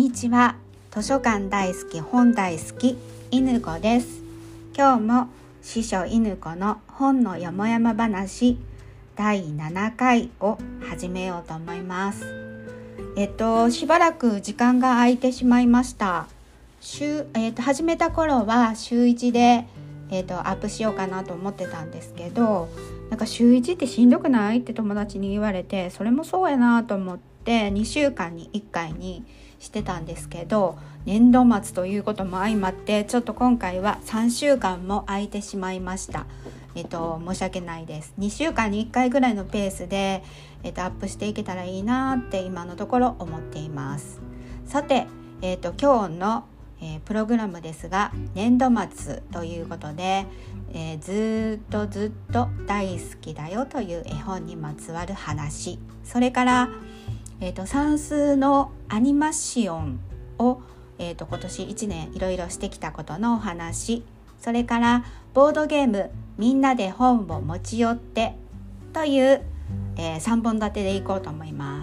にちは。図書館大好き、本大好き、犬子です。今日も司書犬子の本のよもやま話第7回を始めようと思います。しばらく時間が空いてしまいました。始めた頃は週1で、アップしようかなと思ってたんですけど、なんか週1ってしんどくないって友達に言われて、それもそうやなと思って2週間に1回にしてたんですけど、年度末ということも相まってちょっと今回は3週間も空いてしまいました。申し訳ないです。2週間に1回ぐらいのペースで、アップしていけたらいいなって今のところ思っています。さて、今日のプログラムですが、年度末ということで、ずっと大好きだよという絵本にまつわる話、それから、算数のアニマシオンを、今年1年いろいろしてきたことのお話、それからボードゲームみんなで本を持ち寄ってという、3本立てでいこうと思います。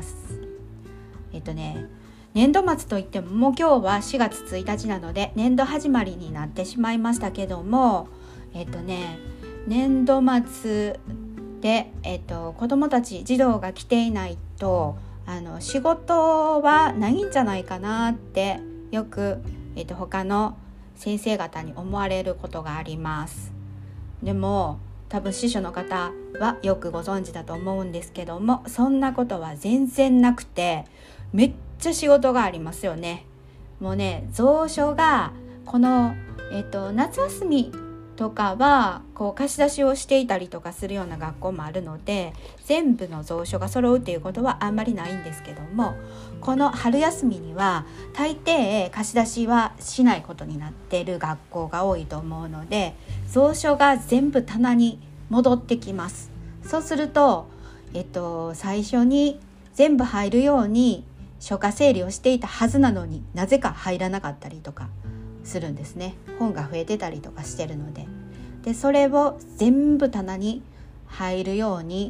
年度末といっても、もう今日は4月1日なので年度始まりになってしまいましたけども、年度末で、子どもたち児童が来ていないと仕事はないんじゃないかなってよく、他の先生方に思われることがあります。でも多分司書の方はよくご存知だと思うんですけども、そんなことは全然なくて、めっちゃ仕事がありますよね。もうね、蔵書がこの、夏休みとかはこう貸し出しをしていたりとかするような学校もあるので、全部の蔵書が揃うっていうことはあんまりないんですけども、この春休みには大抵貸し出しはしないことになっている学校が多いと思うので、蔵書が全部棚に戻ってきます。そうすると、最初に全部入るように書架整理をしていたはずなのに、なぜか入らなかったりとかするんですね。本が増えてたりとかしてるので、それを全部棚に入るように、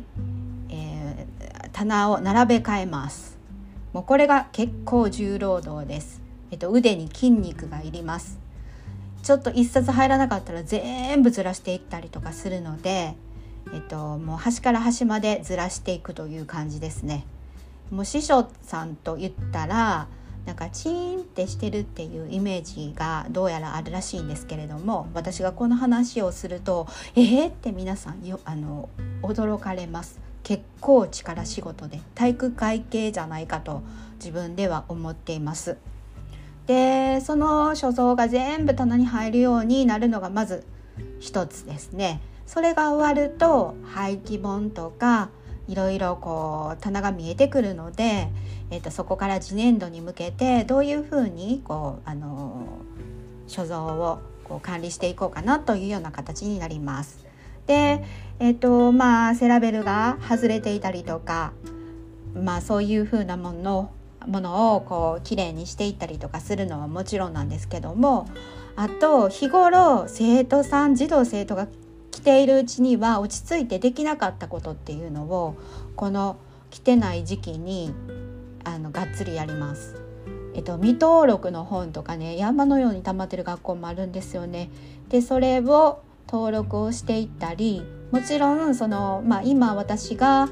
棚を並べ替えます。もうこれが結構重労働です。腕に筋肉がいります。ちょっと一冊入らなかったら全部ずらしていったりとかするので、もう端から端までずらしていくという感じですね。もう司書さんと言ったらなんかチーンってしてるっていうイメージがどうやらあるらしいんですけれども、私がこの話をするとって皆さん驚かれます。結構力仕事で体育会系じゃないかと自分では思っています。で、その所蔵が全部棚に入るようになるのがまず一つですね。それが終わると廃棄本とかいろいろこう棚が見えてくるので、そこから次年度に向けてどういうふうにこう所蔵をこう管理していこうかなというような形になります。で、セラベルが外れていたりとか、そういうふうなものをこうきれいにしていったりとかするのはもちろんなんですけども、あと日頃児童生徒が来ているうちには落ち着いてできなかったことっていうのをこの来てない時期にがっつりやります。未登録の本とかね、山のように溜まってる学校もあるんですよね。で、それを登録をしていったり、もちろん今私が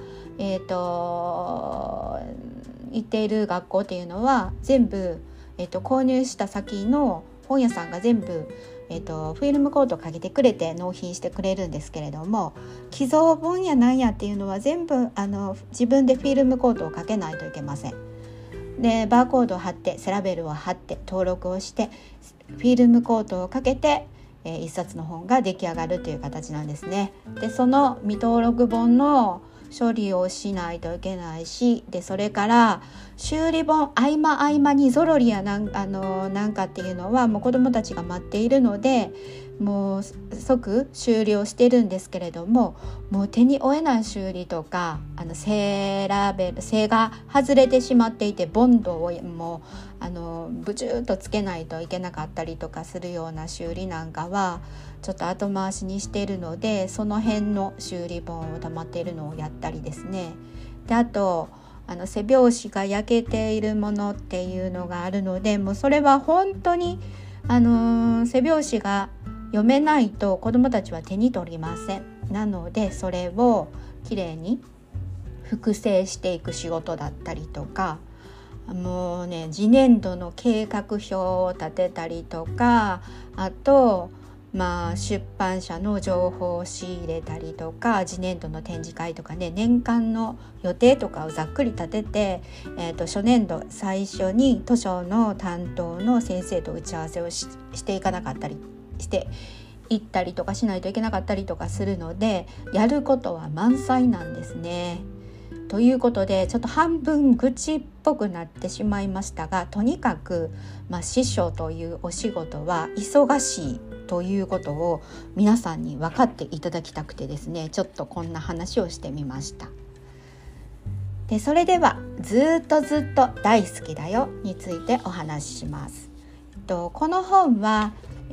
行っている学校っていうのは全部、購入した先の本屋さんが全部フィルムコードをかけてくれて納品してくれるんですけれども、寄贈本やなんやっていうのは全部自分でフィルムコードをかけないといけません。で、バーコードを貼ってセラベルを貼って登録をしてフィルムコードをかけて、一冊の本が出来上がるという形なんですね。で、その未登録本の処理をしないといけないし、でそれから修理本合間にゾロリやなんかっていうのはもう子どもたちが待っているので、もう即終了してるんですけれども、もう手に負えない修理とかセが外れてしまっていてボンドをもうブチューとつけないといけなかったりとかするような修理なんかはちょっと後回しにしているので、その辺の修理本を溜まっているのをやったりですね。で、あと背表紙が焼けているものっていうのがあるので、もうそれは本当に背表紙が読めないと子どもたちは手に取りません。なのでそれをきれいに複製していく仕事だったりとか、もうね、次年度の計画表を立てたりとか、あと出版社の情報を仕入れたりとか、次年度の展示会とかね、年間の予定とかをざっくり立てて、初年度最初に図書の担当の先生と打ち合わせをしていかなかったりして行ったりとかしないといけなかったりとかするので、やることは満載なんですね。ということでちょっと半分愚痴っぽくなってしまいましたが、とにかく、司書というお仕事は忙しいということを皆さんに分かっていただきたくてですね、ちょっとこんな話をしてみました。でそれではずっと大好きだよについてお話しします。この本は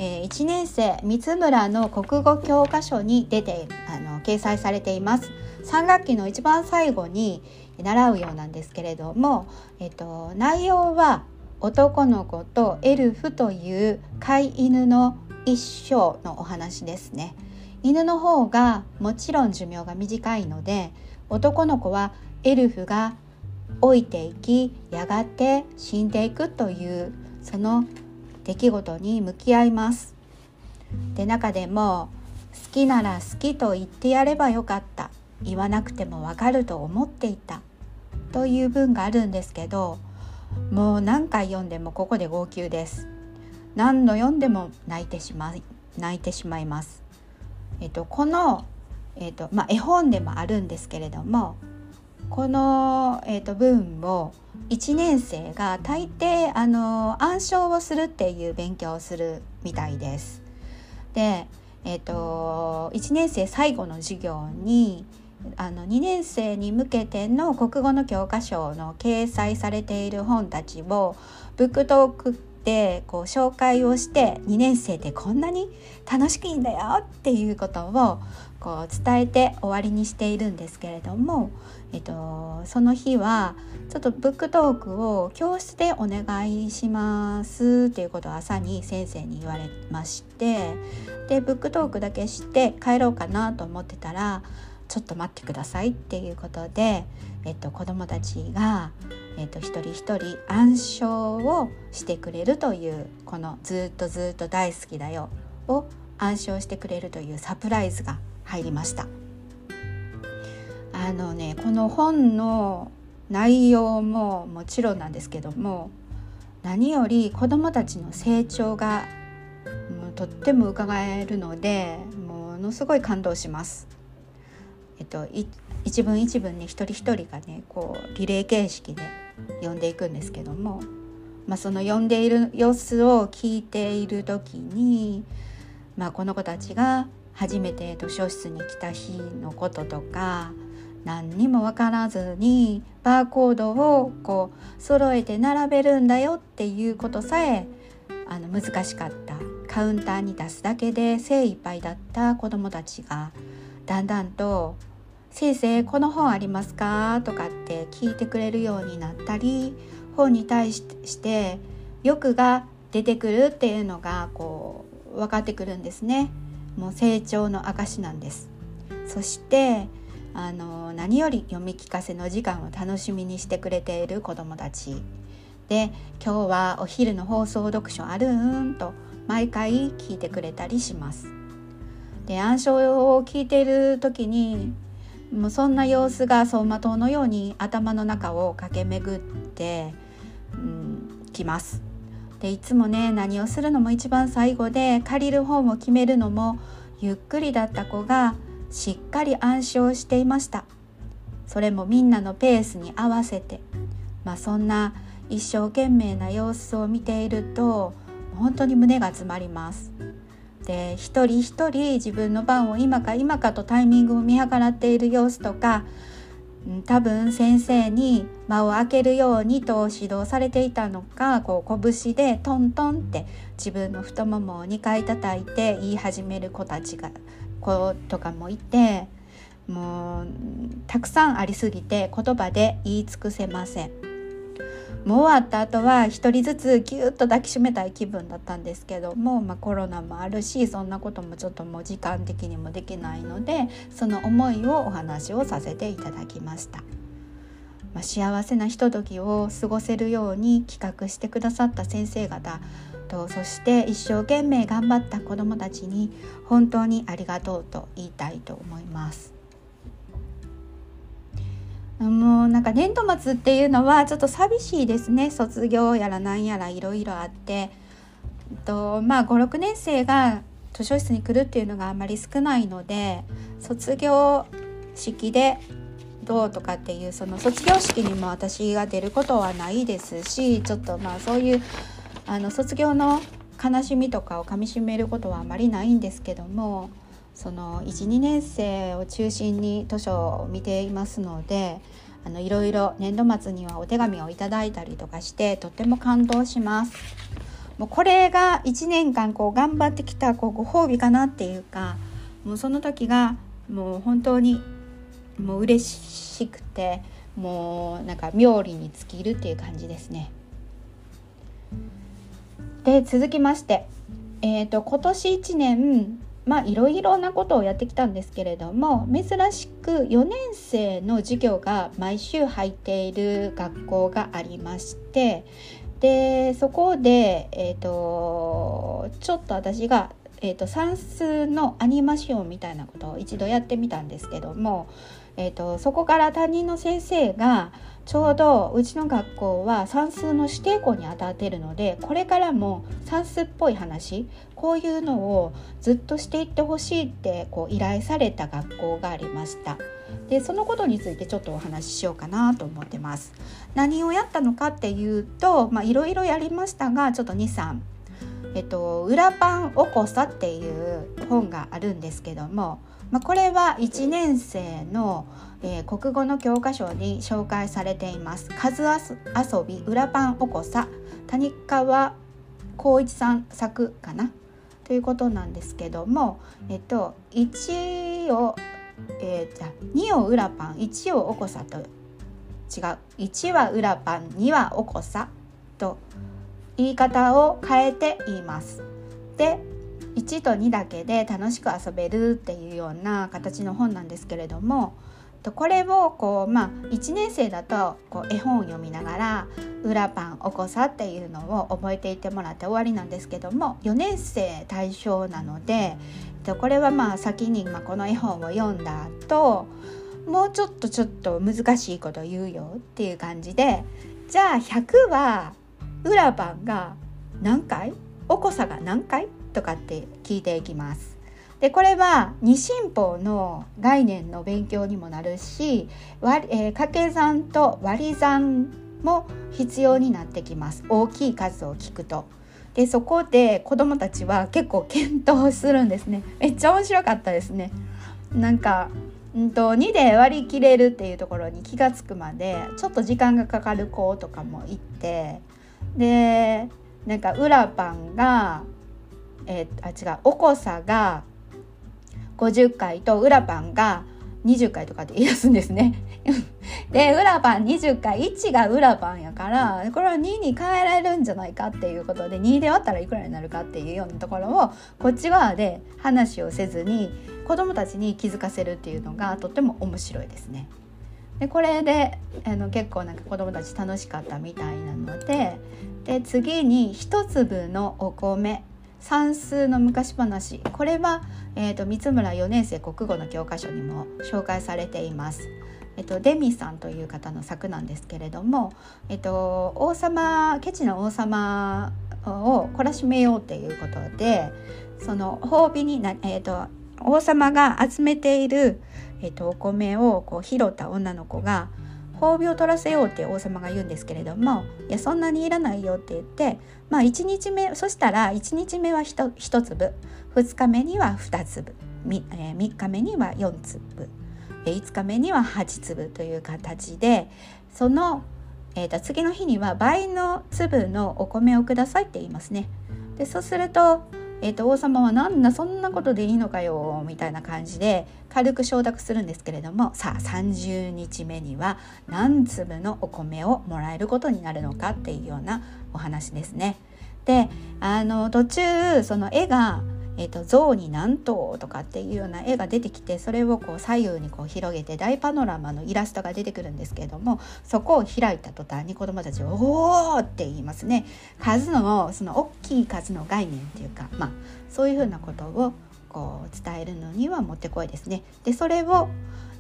1年生三村の国語教科書に掲載されています。3学期の一番最後に習うようなんですけれども、内容は男の子とエルフという飼い犬の一生のお話ですね。犬の方がもちろん寿命が短いので、男の子はエルフが老いていき、やがて死んでいくというその出来事に向き合います。で中でも好きなら好きと言ってやればよかった、言わなくてもわかると思っていたという文があるんですけど、もう何回読んでもここで号泣です。何度読んでも泣いてしまいます。この、絵本でもあるんですけれども、この、文を1年生が大抵暗唱をするっていう勉強をするみたいです。で、1年生最後の授業に2年生に向けての国語の教科書の掲載されている本たちをブックトークで紹介をして、2年生ってこんなに楽しいんだよっていうことを伝えて終わりにしているんですけれども、その日はちょっとブックトークを教室でお願いしますっていうことを朝に先生に言われまして、でブックトークだけして帰ろうかなと思ってたら、ちょっと待ってくださいっていうことで、子どもたちが、一人一人暗唱をしてくれるという、このずっと大好きだよを暗唱してくれるというサプライズが入りました。この本の内容ももちろんなんですけども、何より子どもたちの成長がとっても伺えるので、ものすごい感動します。一文一文に一人一人がね、リレー形式で読んでいくんですけども、その読んでいる様子を聞いている時に、この子たちが初めて図書室に来た日のこととか、何にも分からずにバーコードを揃えて並べるんだよっていうことさえ難しかった。カウンターに出すだけで精一杯だった子どもたちが、だんだんと先生この本ありますかとかって聞いてくれるようになったり、本に対して欲が出てくるっていうのが分かってくるんですね。もう成長の証なんです。そして何より読み聞かせの時間を楽しみにしてくれている子どもたちで、今日はお昼の放送読書あるんと毎回聞いてくれたりします。で暗唱を聞いている時に、もうそんな様子が走馬灯のように頭の中を駆け巡ってきます。でいつもね、何をするのも一番最後で、借りる本を決めるのもゆっくりだった子がしっかり暗唱していました。それもみんなのペースに合わせて、そんな一生懸命な様子を見ていると本当に胸が詰まります。で一人一人自分の番を今かとタイミングを見計らっている様子とか、多分先生に間を空けるようにと指導されていたのか、拳でトントンって自分の太ももを2回叩いて言い始める子とかもいて、 もうたくさんありすぎて言葉で言い尽くせません。もう終わった後は一人ずつギュッと抱きしめたい気分だったんですけども、コロナもあるし、そんなこともちょっともう時間的にもできないので、その思いをお話をさせていただきました。幸せなひとときを過ごせるように企画してくださった先生方と、そして一生懸命頑張った子どもたちに本当にありがとうと言いたいと思います。もうなんか年度末っていうのはちょっと寂しいですね。卒業やらなんやらいろいろあって、5、6年生が図書室に来るっていうのがあまり少ないので、卒業式でどうとかっていう、その卒業式にも私が出ることはないですし、ちょっとそういう卒業の悲しみとかをかみしめることはあまりないんですけども、その 1,2 年生を中心に図書を見ていますので、いろいろ年度末にはお手紙をいただいたりとかしてとっても感動します。もうこれが1年間頑張ってきたご褒美かなっていうか、もうその時がもう本当にもう嬉しくて、もうなんか妙利に尽きるっていう感じですね。で、続きまして、今年1年いろいろなことをやってきたんですけれども、珍しく4年生の授業が毎週入っている学校がありまして、でそこで、ちょっと私が、算数のアニマションみたいなことを一度やってみたんですけども、そこから担任の先生がちょうどうちの学校は算数の指定校に当たっているので、これからも算数っぽい話、こういうのをずっとしていってほしいって依頼された学校がありました。でそのことについてちょっとお話ししようかなと思ってます。何をやったのかっていうと、いろいろやりましたが、ちょっと 2,3裏パンおこさっていう本があるんですけども、これは1年生の、国語の教科書に紹介されています。数遊び裏パンおこさ、谷川光一さん作かなということなんですけども、1を、2を裏パン1をおこさと、違う、1は裏パン2はおこさと言い方を変えて言います。で1と2だけで楽しく遊べるっていうような形の本なんですけれども、これを1年生だと絵本を読みながら裏パンおこさっていうのを覚えていってもらって終わりなんですけども、4年生対象なので、これは先にこの絵本を読んだ後、もうちょっと難しいこと言うよっていう感じで、じゃあ100は裏パンが何回、おこさが何回とかって聞いていきます。でこれは二進法の概念の勉強にもなるし、掛け算と割り算も必要になってきます。大きい数を聞くと。でそこで子どもたちは結構検討するんですね。めっちゃ面白かったですね。なんか2で割り切れるっていうところに気がつくまでちょっと時間がかかる子とかもいて、でなんか裏パンがおこさが50回と裏パンが20回とかって言い出すんですね。で裏パン20回、1が裏パンやからこれは2に変えられるんじゃないかっていうことで、2で割ったらいくらになるかっていうようなところをこっち側で話をせずに子どもたちに気づかせるっていうのがとっても面白いですね。でこれで結構なんか子どもたち楽しかったみたいなので、次に一粒のお米、算数の昔話、これは、三村4年生国語の教科書にも紹介されています。デミさんという方の作なんですけれども、王様、ケチな王様を懲らしめようっていうことで、その褒美に王様が集めている、お米を拾った女の子が褒美を取らせようって王様が言うんですけれども、いやそんなにいらないよって言って、1日目、そしたら1日目は 1粒、2日目には2粒、3日目には4粒、5日目には8粒という形で、その、次の日には倍の粒のお米をくださいって言いますね。でそうすると王様はなんだそんなことでいいのかよみたいな感じで軽く承諾するんですけれども、さあ30日目には何粒のお米をもらえることになるのかっていうようなお話ですね。で途中その絵が象に何頭とかっていうような絵が出てきて、それをこう左右にこう広げて大パノラマのイラストが出てくるんですけれども、そこを開いた途端に子どもたちはおーって言いますね。その大きい数の概念っていうか、そういうふうなことをこう伝えるのにはもってこいですね。でそれを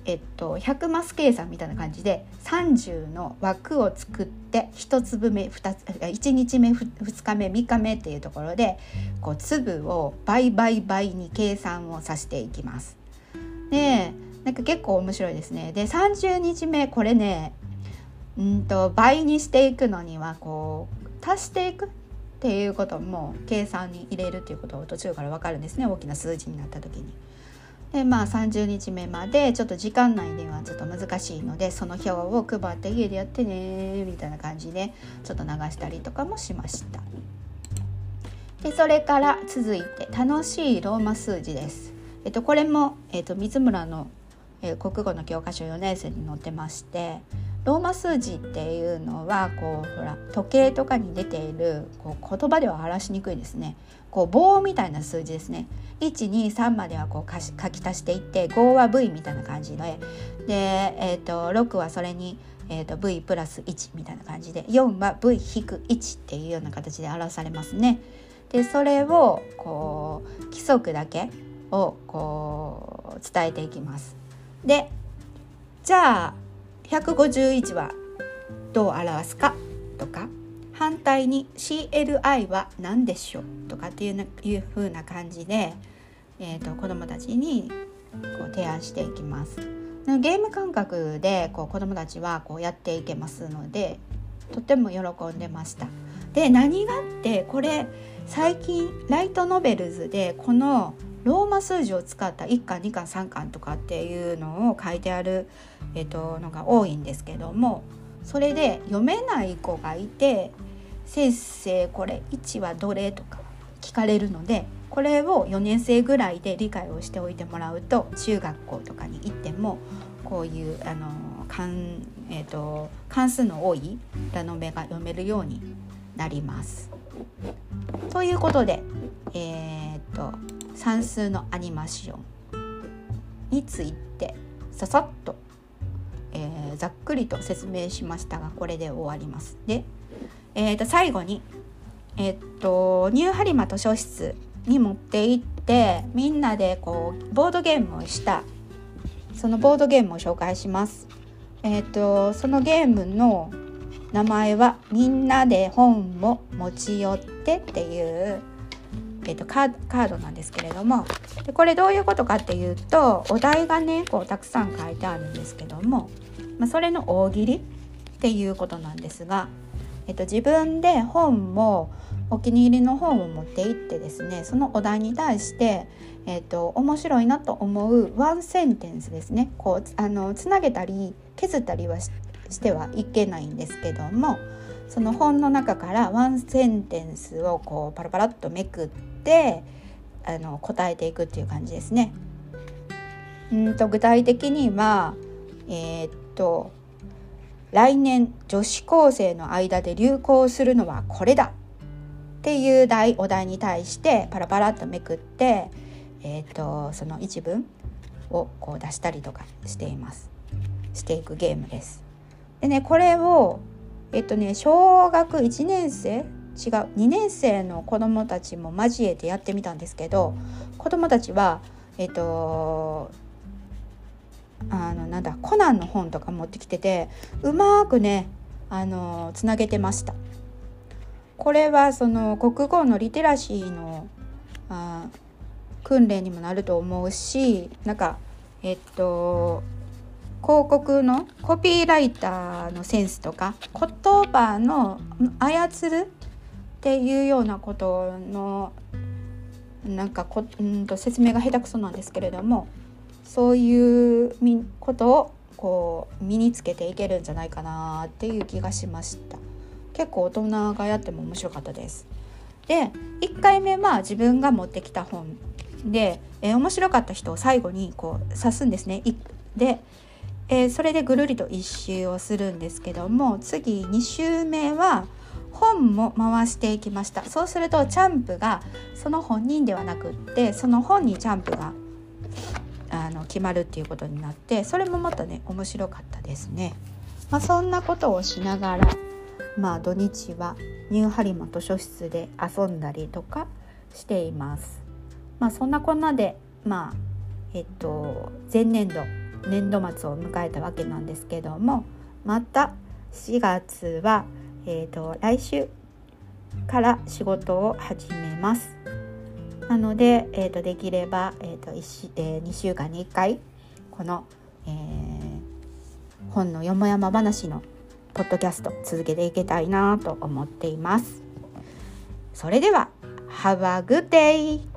100マス計算みたいな感じで30の枠を作って、1粒目1日目2日目3日目っていうところでこう粒を倍に計算をさせていきます。でなんか結構面白いですね。で30日目これね倍にしていくのにはこう足していくっていうことも計算に入れるっていうことを途中から分かるんですね、大きな数字になった時に。で30日目までちょっと時間内ではちょっと難しいので、その表を配って家でやってねみたいな感じでちょっと流したりとかもしました。でそれから続いて楽しいローマ数字です。これも、水村の、国語の教科書4年生に載ってまして、ローマ数字っていうのはこうほら時計とかに出ているこう言葉では表しにくいですね。こう棒みたいな数字ですね。123まではこう書き足していって、5は V みたいな感じで、6はそれに、V プラス1みたいな感じで、4は V-1 っていうような形で表されますね。でそれをこう規則だけをこう伝えていきます。でじゃあ151はどう表すかとか、反対に CLI は何でしょうとかっていう風な感じで、子どもたちにこう提案していきます。ゲーム感覚でこう子どもたちはこうやっていけますので、とても喜んでました。で何があってこれ最近ライトノベルズでこのローマ数字を使った1巻2巻3巻とかっていうのを書いてある、のが多いんですけども、それで読めない子がいて、先生これ1はどれとか聞かれるので、これを4年生ぐらいで理解をしておいてもらうと、中学校とかに行ってもこういう関数の多いラノベが読めるようになります。ということで、算数のアニマションについてささっと、ざっくりと説明しましたが、これで終わります。で、最後に、ニューハリマ図書室に持って行ってみんなでこうボードゲームをした、そのボードゲームを紹介します。そのゲームの名前はみんなで本を持ち寄ってっていう、カードなんですけれども、でこれどういうことかっていうと、お題がねこうたくさん書いてあるんですけども、それの大喜利っていうことなんですが、自分で本もお気に入りの本を持って行ってですね、そのお題に対して、面白いなと思うワンセンテンスですね、こうつなげたり削ったりはしてはいけないんですけども、その本の中からワンセンテンスをこうパラパラっとめくって答えていくっていう感じですね。具体的には来年女子高生の間で流行するのはこれだっていうお題に対してパラパラっとめくって、その一文をこう出したりとかしていくゲームです。でね、これを小学1年生2年生の子どもたちも交えてやってみたんですけど、子どもたちはコナンの本とか持ってきてて、うまくねつなげてました。これはその国語のリテラシーの訓練にもなると思うし、広告のコピーライターのセンスとか言葉の操るっていうようなことの説明が下手くそなんですけれども、そういうことをこう身につけていけるんじゃないかなっていう気がしました。結構大人がやっても面白かったです。 で1回目は自分が持ってきた本で、面白かった人を最後にこう指すんですね。で、それでぐるりと1周をするんですけども、次2周目は本も回していきました。そうするとチャンプがその本人ではなくってその本にチャンプが決まるっていうことになって、それもまたね面白かったですね。そんなことをしながら、土日はニューハリマ図書室で遊んだりとかしています。そんなこんなで前年度年度末を迎えたわけなんですけども、また4月は、来週から仕事を始めます。なので、できれば、2週間に1回この、本のよもやま話のポッドキャスト続けていきたいなと思っています。それでは Have a good day!